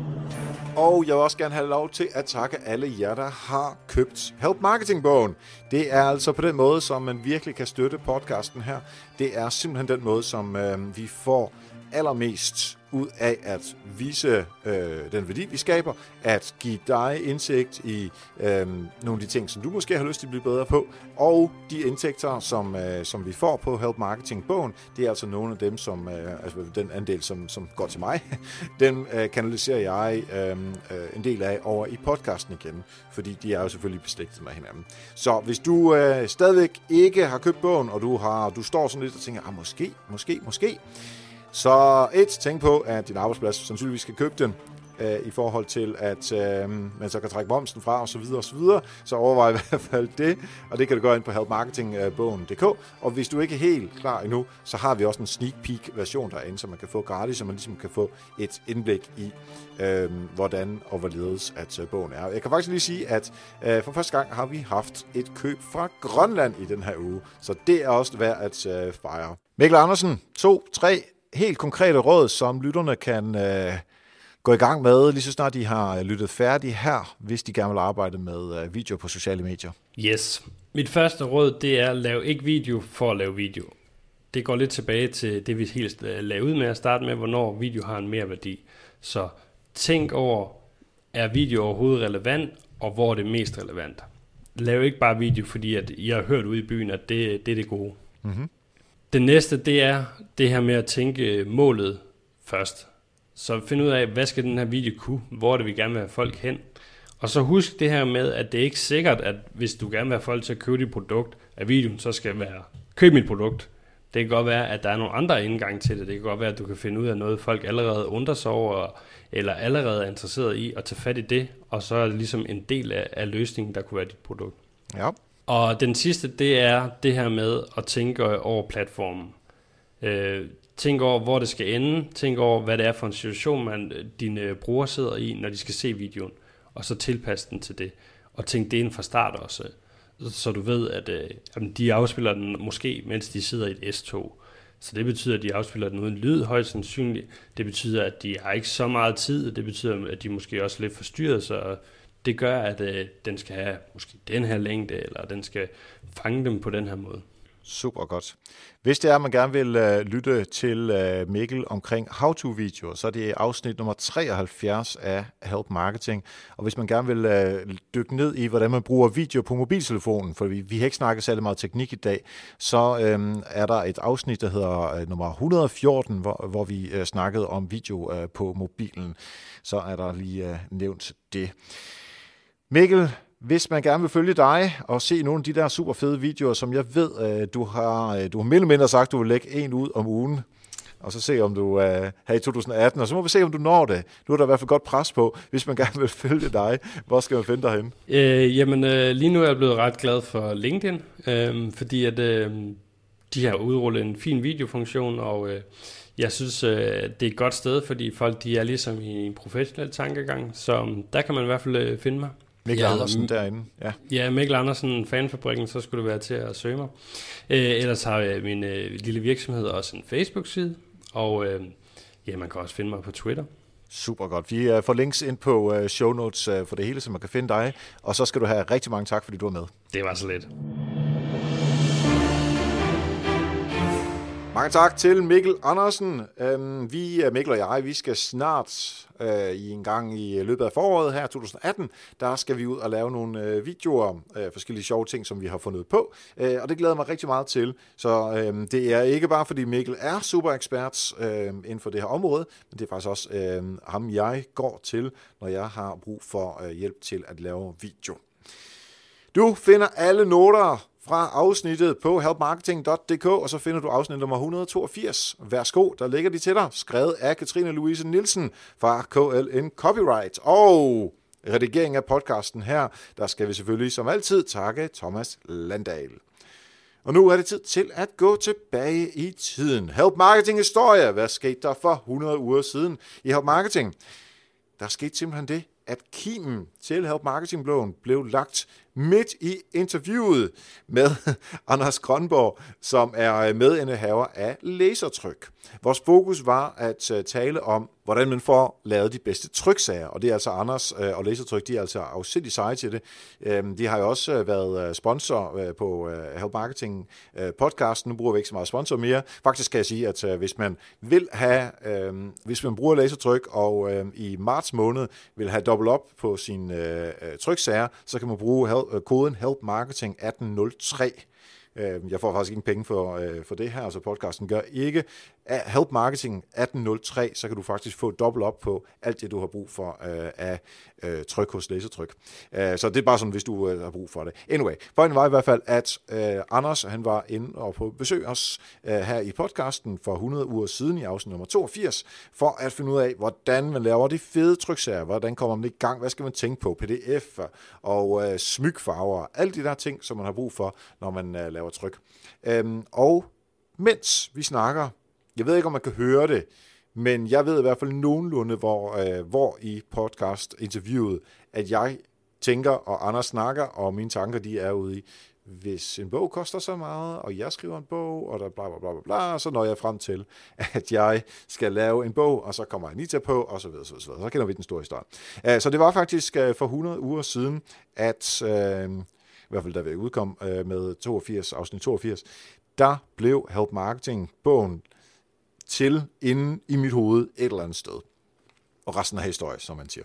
Og jeg vil også gerne have lov til at takke alle jer, der har købt Help Marketing-bogen. Det er altså på den måde, som man virkelig kan støtte podcasten her. Det er simpelthen den måde, som øh, vi får allermest ud af at vise øh, den værdi, vi skaber, at give dig indsigt i øh, nogle af de ting, som du måske har lyst til at blive bedre på, og de indtægter, som, øh, som vi får på Help Marketing-bogen, det er altså nogle af dem, som, øh, altså den andel, som, som går til mig, den øh, kanaliserer jeg øh, en del af over i podcasten igen, fordi de er jo selvfølgelig beslægtet med hinanden. Så hvis du øh, stadigvæk ikke har købt bogen, og du, har, du står sådan lidt og tænker, ah, måske, måske, måske, så et, tænk på, at din arbejdsplads sandsynligvis skal købe den, øh, i forhold til, at øh, man så kan trække momsen fra, og så videre, og så videre. Så overvej i hvert fald det, og det kan du gøre ind på help marketing bogen punktum d k. Og hvis du ikke er helt klar endnu, så har vi også en sneak peek version derinde, så man kan få gratis, så man ligesom kan få et indblik i, øh, hvordan og hvorledes at øh, bogen er. Jeg kan faktisk lige sige, at øh, for første gang har vi haft et køb fra Grønland i den her uge, så det er også værd at øh, fejre. Mikkel Andersen, to, tre helt konkrete råd, som lytterne kan øh, gå i gang med, lige så snart de har lyttet færdigt her, hvis de gerne vil arbejde med øh, video på sociale medier. Yes. Mit første råd, det er, lav ikke video for at lave video. Det går lidt tilbage til det, vi helt lagde ud med at starte med, hvornår video har en mere værdi. Så tænk over, er video overhovedet relevant, og hvor er det mest relevant. Lav ikke bare video, fordi at I har hørt ude i byen, at det, det er det gode. Mm-hmm. Det næste, det er det her med at tænke målet først. Så find ud af, hvad skal den her video kunne? Hvor er det, vi gerne vil have folk hen? Og så husk det her med, at det er ikke sikkert, at hvis du gerne vil have folk til at købe dit produkt, at videoen så skal være, køb mit produkt. Det kan godt være, at der er nogle andre indgang til det. Det kan godt være, at du kan finde ud af noget, folk allerede undrer sig over, eller allerede er interesseret i, at tage fat i det, og så er det ligesom en del af, af løsningen, der kunne være dit produkt. Ja. Og den sidste, det er det her med at tænke over platformen. Øh, tænk over, hvor det skal ende. Tænk over, hvad det er for en situation, man, dine brugere sidder i, når de skal se videoen. Og så tilpasse den til det. Og tænk det ind fra start også. Så du ved, at øh, jamen, de afspiller den måske, mens de sidder i et S-tog. Så det betyder, at de afspiller den uden lyd, højst sandsynligt. Det betyder, at de har ikke så meget tid. Det betyder, at de måske også er lidt forstyrret, så det gør, at øh, den skal have måske den her længde, eller den skal fange dem på den her måde. Super godt. Hvis det er, at man gerne vil uh, lytte til uh, Mikkel omkring how-to-videoer, så er det afsnit nummer treoghalvfjerds af Help Marketing. Og hvis man gerne vil uh, dykke ned i, hvordan man bruger video på mobiltelefonen, for vi, vi har ikke snakket særlig meget teknik i dag, så um, er der et afsnit, der hedder uh, nummer et hundrede og fjorten, hvor, hvor vi uh, snakkede om video uh, på mobilen. Så er der lige uh, nævnt det. Mikkel, hvis man gerne vil følge dig og se nogle af de der super fede videoer, som jeg ved, du har, du har mere eller mindre sagt, du vil lægge en ud om ugen, og så se, om du er her i to tusind atten, og så må vi se, om du når det. Nu er der i hvert fald godt pres på, hvis man gerne vil følge dig. Hvor skal man finde dig hen? Øh, jamen, øh, lige nu er jeg blevet ret glad for LinkedIn, øh, fordi at øh, de har udrullet en fin videofunktion, og øh, jeg synes, øh, det er et godt sted, fordi folk de er ligesom i en professionel tankegang, så der kan man i hvert fald øh, finde mig. Mikkel ja, Andersen derinde. Ja, ja Mikkel Andersen, Fanfabrikken, så skulle det være til at søge mig. Øh, ellers har jeg min øh, lille virksomhed også en Facebook-side, og øh, ja, man kan også finde mig på Twitter. Super godt. Vi uh, får links ind på uh, show notes uh, for det hele, så man kan finde dig. Og så skal du have rigtig mange tak, fordi du var med. Det var så lidt. Mange tak til Mikkel Andersen. Øhm, vi, Mikkel og jeg, vi skal snart øh, i en gang i løbet af foråret her to tusind atten, der skal vi ud og lave nogle øh, videoer, øh, forskellige sjove ting, som vi har fundet på. Øh, og det glæder mig rigtig meget til. Så øh, det er ikke bare, fordi Mikkel er super ekspert øh, inden for det her område, men det er faktisk også øh, ham, jeg går til, når jeg har brug for øh, hjælp til at lave video. Du finder alle noter fra afsnittet på help marketing punktum d k, og så finder du afsnit nummer et hundrede og toogfirs. Værsgo, der ligger de til dig, skrevet af Katrine Louise Nielsen fra K L N Copyright. Og redigering af podcasten her, der skal vi selvfølgelig som altid takke Thomas Landahl. Og nu er det tid til at gå tilbage i tiden. Help Marketing historie. Hvad skete der for hundrede uger siden i Help Marketing? Der skete simpelthen det, at kimen til Help Marketing-bogen blev lagt midt i interviewet med Anders Grønborg, som er medindehaver af Lasertryk. Vores fokus var at tale om, hvordan man får lavet de bedste tryksager, og det er altså Anders og Lasertryk, de er altså afsindig seje til det. De har jo også været sponsor på Help Marketing podcasten. Nu bruger vi ikke så meget sponsor mere. Faktisk kan jeg sige, at hvis man vil have, hvis man bruger Lasertryk og i marts måned vil have dobbelt op på sine tryksager, så kan man bruge koden Help Marketing atten nul tre. Jeg får faktisk ingen penge for, for det her, altså podcasten gør ikke. Help Marketing atten nul tre, så kan du faktisk få dobbelt op på alt det, du har brug for uh, af uh, tryk hos Lasertryk. Uh, så det er bare sådan, hvis du uh, har brug for det. Anyway, pointen var i hvert fald, at uh, Anders han var inde og på besøg os uh, her i podcasten for hundrede uger siden i afsnit nummer toogfirs, for at finde ud af, hvordan man laver de fede tryksager, hvordan kommer man i gang, hvad skal man tænke på, P D F'er og uh, smykfarver, alle de der ting, som man har brug for, når man uh, laver tryk. Um, og mens vi snakker, jeg ved ikke, om man kan høre det, men jeg ved i hvert fald nogenlunde, hvor, øh, hvor i podcast-interviewet, at jeg tænker, og Anders snakker, og mine tanker, de er ude i, hvis en bog koster så meget, og jeg skriver en bog, og der bla bla bla bla bla, så når jeg frem til, at jeg skal lave en bog, og så kommer Anita på, og så videre, så videre. Så kender vi den store historie. Uh, så det var faktisk uh, for hundrede uger siden, at, uh, i hvert fald da vi udkom uh, med toogfirs, afsnit toogfirs, der blev Help Marketing-bogen til inde i mit hoved et eller andet sted. Og resten af historie, som man siger.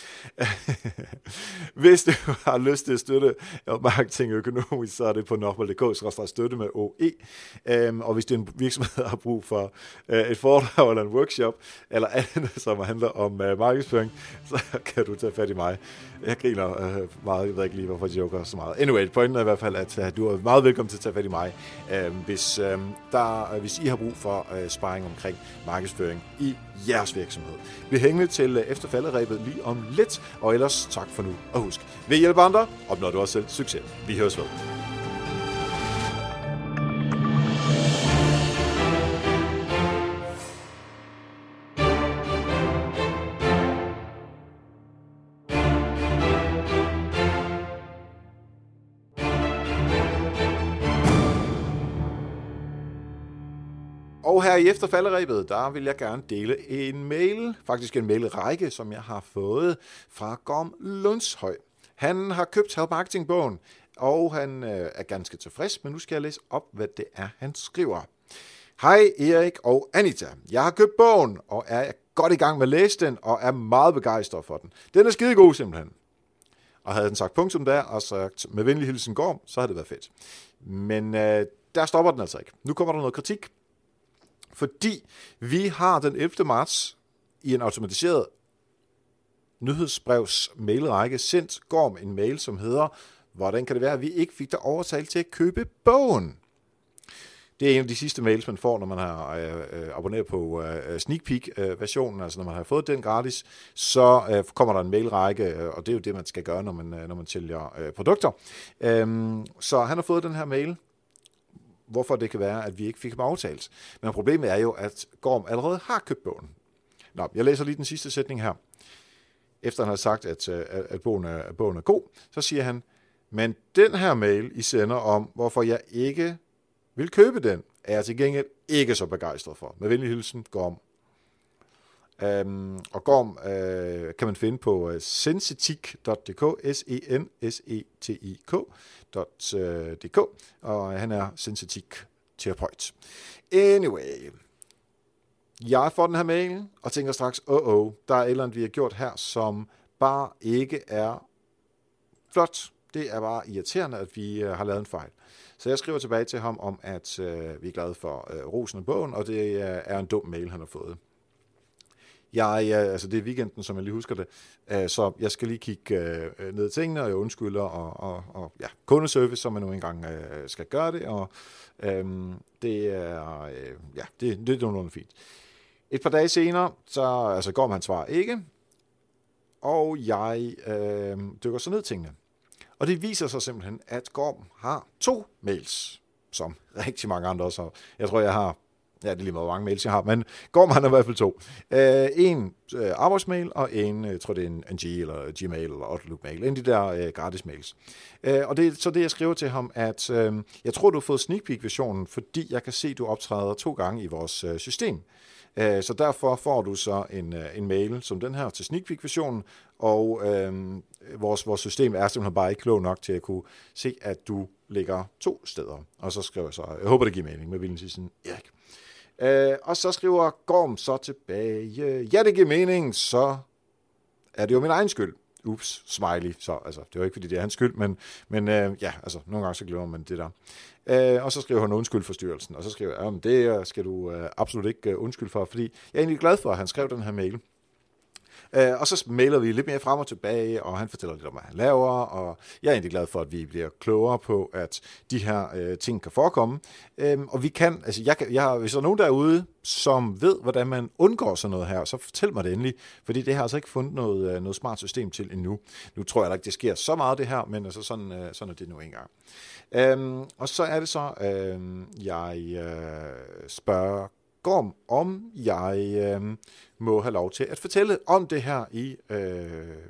Hvis du har lyst til at støtte Help Marketing økonomisk, så er det på nokmal punktum d k skråstreg støtte med O E. Um, og hvis det er en virksomhed, der har brug for uh, et foredrag eller en workshop, eller andet, som handler om uh, markedsføring, så kan du tage fat i mig. Jeg griner uh, meget, jeg ved ikke lige, hvorfor jeg joker så meget. Anyway, pointen er i hvert fald, at uh, du er meget velkommen til at tage fat i mig, um, hvis, um, der, uh, hvis I har brug for uh, sparring omkring markedsføring i jeres virksomhed. Bliv hængende til uh, efter falderebet lige om lidt, og ellers tak for nu. Og husk, ved at hjælpe andre, opnår du også selv succes. Vi høres ved. Og her i efterfalderebet, der vil jeg gerne dele en mail, faktisk en mailrække, som jeg har fået fra Gorm Lundshøj. Han har købt Help Marketing-bogen, og han øh, er ganske tilfreds, men nu skal jeg læse op, hvad det er, han skriver. Hej Erik og Anita, jeg har købt bogen, og er godt i gang med at læse den, og er meget begejstret for den. Den er skidegod simpelthen. Og havde den sagt punktum der, og sagt med venlig hilsen Gorm, så havde det været fedt. Men øh, der stopper den altså ikke. Nu kommer der noget kritik. Fordi vi har den ellevte marts i en automatiseret nyhedsbrevs mailrække sendt Gorm en mail, som hedder, hvordan kan det være, at vi ikke fik dig overtalt til at købe bogen? Det er en af de sidste mails, man får, når man har øh, abonneret på øh, Sneak Peek-versionen, altså når man har fået den gratis, så øh, kommer der en mailrække, og det er jo det, man skal gøre, når man, når man sælger øh, produkter. Øhm, så han har fået den her mail, hvorfor det kan være, at vi ikke fik dem aftalt. Men problemet er jo, at Gorm allerede har købt bogen. Nå, jeg læser lige den sidste sætning her. Efter han har sagt, at, at, at, bogen er, at bogen er god, så siger han, men den her mail, I sender om, hvorfor jeg ikke vil købe den, er jeg til gengæld ikke så begejstret for. Med venlig hilsen, Gorm. Um, og Gorm uh, kan man finde på uh, sensetik punktum d k, S E N S E T I K punktum d k, og han er sensetik-terapeut. Anyway, jeg får den her mail, og tænker straks, åh, oh, oh, der er et eller andet, vi har gjort her, som bare ikke er flot. Det er bare irriterende, at vi uh, har lavet en fejl. Så jeg skriver tilbage til ham om, at uh, vi er glade for uh, rosen af bogen, og det uh, er en dum mail, han har fået. Jeg, ja, altså det er weekenden, som jeg lige husker det, uh, så jeg skal lige kigge uh, ned i tingene, og jeg undskylder, og, og, og ja, kundeservice, som man nu engang uh, skal gøre det, og um, det er, uh, ja, det, det er nogenlunde fint. Et par dage senere, så altså, går man svar ikke, og jeg uh, dykker så ned i tingene. Og det viser sig simpelthen, at Gorm har to mails som rigtig mange andre også har. Jeg tror, jeg har, ja, det er lige meget, hvor mange mails jeg har, men Gorm han er i hvert fald to. Øh, en øh, arbejdsmail, og en, jeg tror det er en, en G, eller Gmail, eller Outlook-mail. En af de der øh, gratis mails. Øh, og det er så det, jeg skriver til ham, at øh, jeg tror, du har fået sneak peek-versionen, fordi jeg kan se, at du optræder to gange i vores øh, system. Øh, så derfor får du så en, øh, en mail som den her til sneak peek-versionen, og øh, vores, vores system er simpelthen bare ikke klog nok til at kunne se, at du ligger to steder. Og så skriver jeg så, jeg håber, det giver mening med Vilden Sissen Erik. Øh, og så skriver Gorm så tilbage, ja, det giver mening, så er det jo min egen skyld. Ups, smiley. Så, altså, det er jo ikke, fordi det er hans skyld, men, men øh, ja, altså, nogle gange så glemmer man det der. Øh, og så skriver han undskyld for styrelsen, og så skriver jeg, ja, det skal du øh, absolut ikke øh, undskylde for, fordi jeg er egentlig glad for, at han skrev den her mail. Uh, og så mailer vi lidt mere frem og tilbage, og han fortæller lidt om, hvad han laver, og jeg er egentlig glad for, at vi bliver klogere på, at de her uh, ting kan forekomme. Um, og vi kan, altså jeg, kan, jeg har, hvis der er nogen derude, som ved, hvordan man undgår sådan noget her, så fortæl mig det endelig, fordi det har altså ikke fundet noget, uh, noget smart system til endnu. Nu tror jeg da ikke, det sker så meget det her, men altså sådan, uh, sådan er det nu engang. Um, og så er det så, uh, jeg uh, spørger Gorm, om jeg øh, må have lov til at fortælle om det her i øh,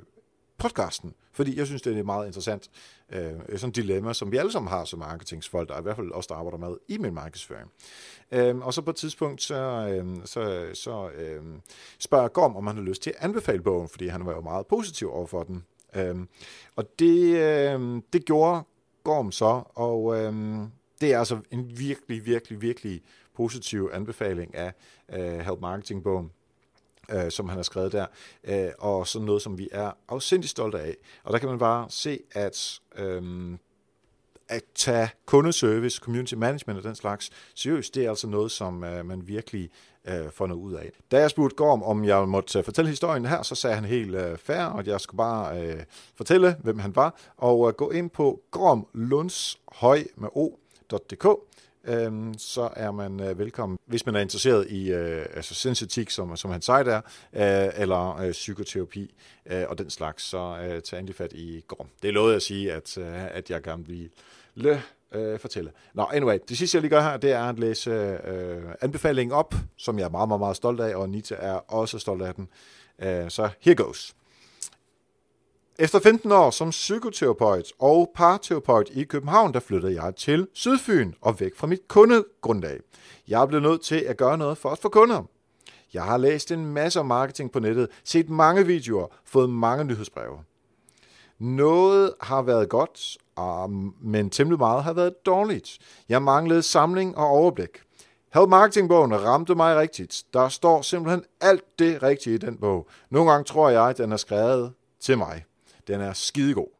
podcasten, fordi jeg synes, det er meget interessant. Øh, sådan et dilemma, som vi alle sammen har som marketingsfolk, der i hvert fald også der arbejder med i min markedsføring. Øh, og så på et tidspunkt, så, øh, så, så øh, spørger Gorm, om han har lyst til at anbefale bogen, fordi han var jo meget positiv overfor den. Øh, og det, øh, det gjorde Gorm så, og øh, det er altså en virkelig, virkelig, virkelig positiv anbefaling af uh, Help Marketing-bogen, uh, som han har skrevet der, uh, og sådan noget, som vi er afsindigt stolte af. Og der kan man bare se, at um, at tage kundeservice, community management og den slags seriøst, det er altså noget, som uh, man virkelig uh, får noget ud af. Da jeg spurgte Gorm, om jeg måtte fortælle historien her, så sagde han helt uh, fair, og jeg skulle bare uh, fortælle, hvem han var, og uh, gå ind på gormlundshøj med o punktum d k, Øhm, så er man øh, velkommen, hvis man er interesseret i øh, altså sensitik, som, som han site er, øh, eller øh, psykoterapi øh, og den slags, så øh, tag endelig fat i Gorm. Det er lovet at sige, at, øh, at jeg gerne vil le, øh, fortælle. Nå, anyway, det sidste jeg lige gør her, det er at læse øh, anbefalingen op, som jeg er meget, meget, meget stolt af, og Anita er også stolt af den. Øh, så here goes. Efter femten år som psykoterapeut og parterapeut i København, der flyttede jeg til Sydfyn og væk fra mit kundegrundlag. Jeg er blevet nødt til at gøre noget for at få kunder. Jeg har læst en masse om marketing på nettet, set mange videoer, fået mange nyhedsbreve. Noget har været godt, men temmelig meget har været dårligt. Jeg manglede samling og overblik. Help Marketing-bogen ramte mig rigtigt. Der står simpelthen alt det rigtige i den bog. Nogle gange tror jeg, at den er skrevet til mig. Den er skidegod.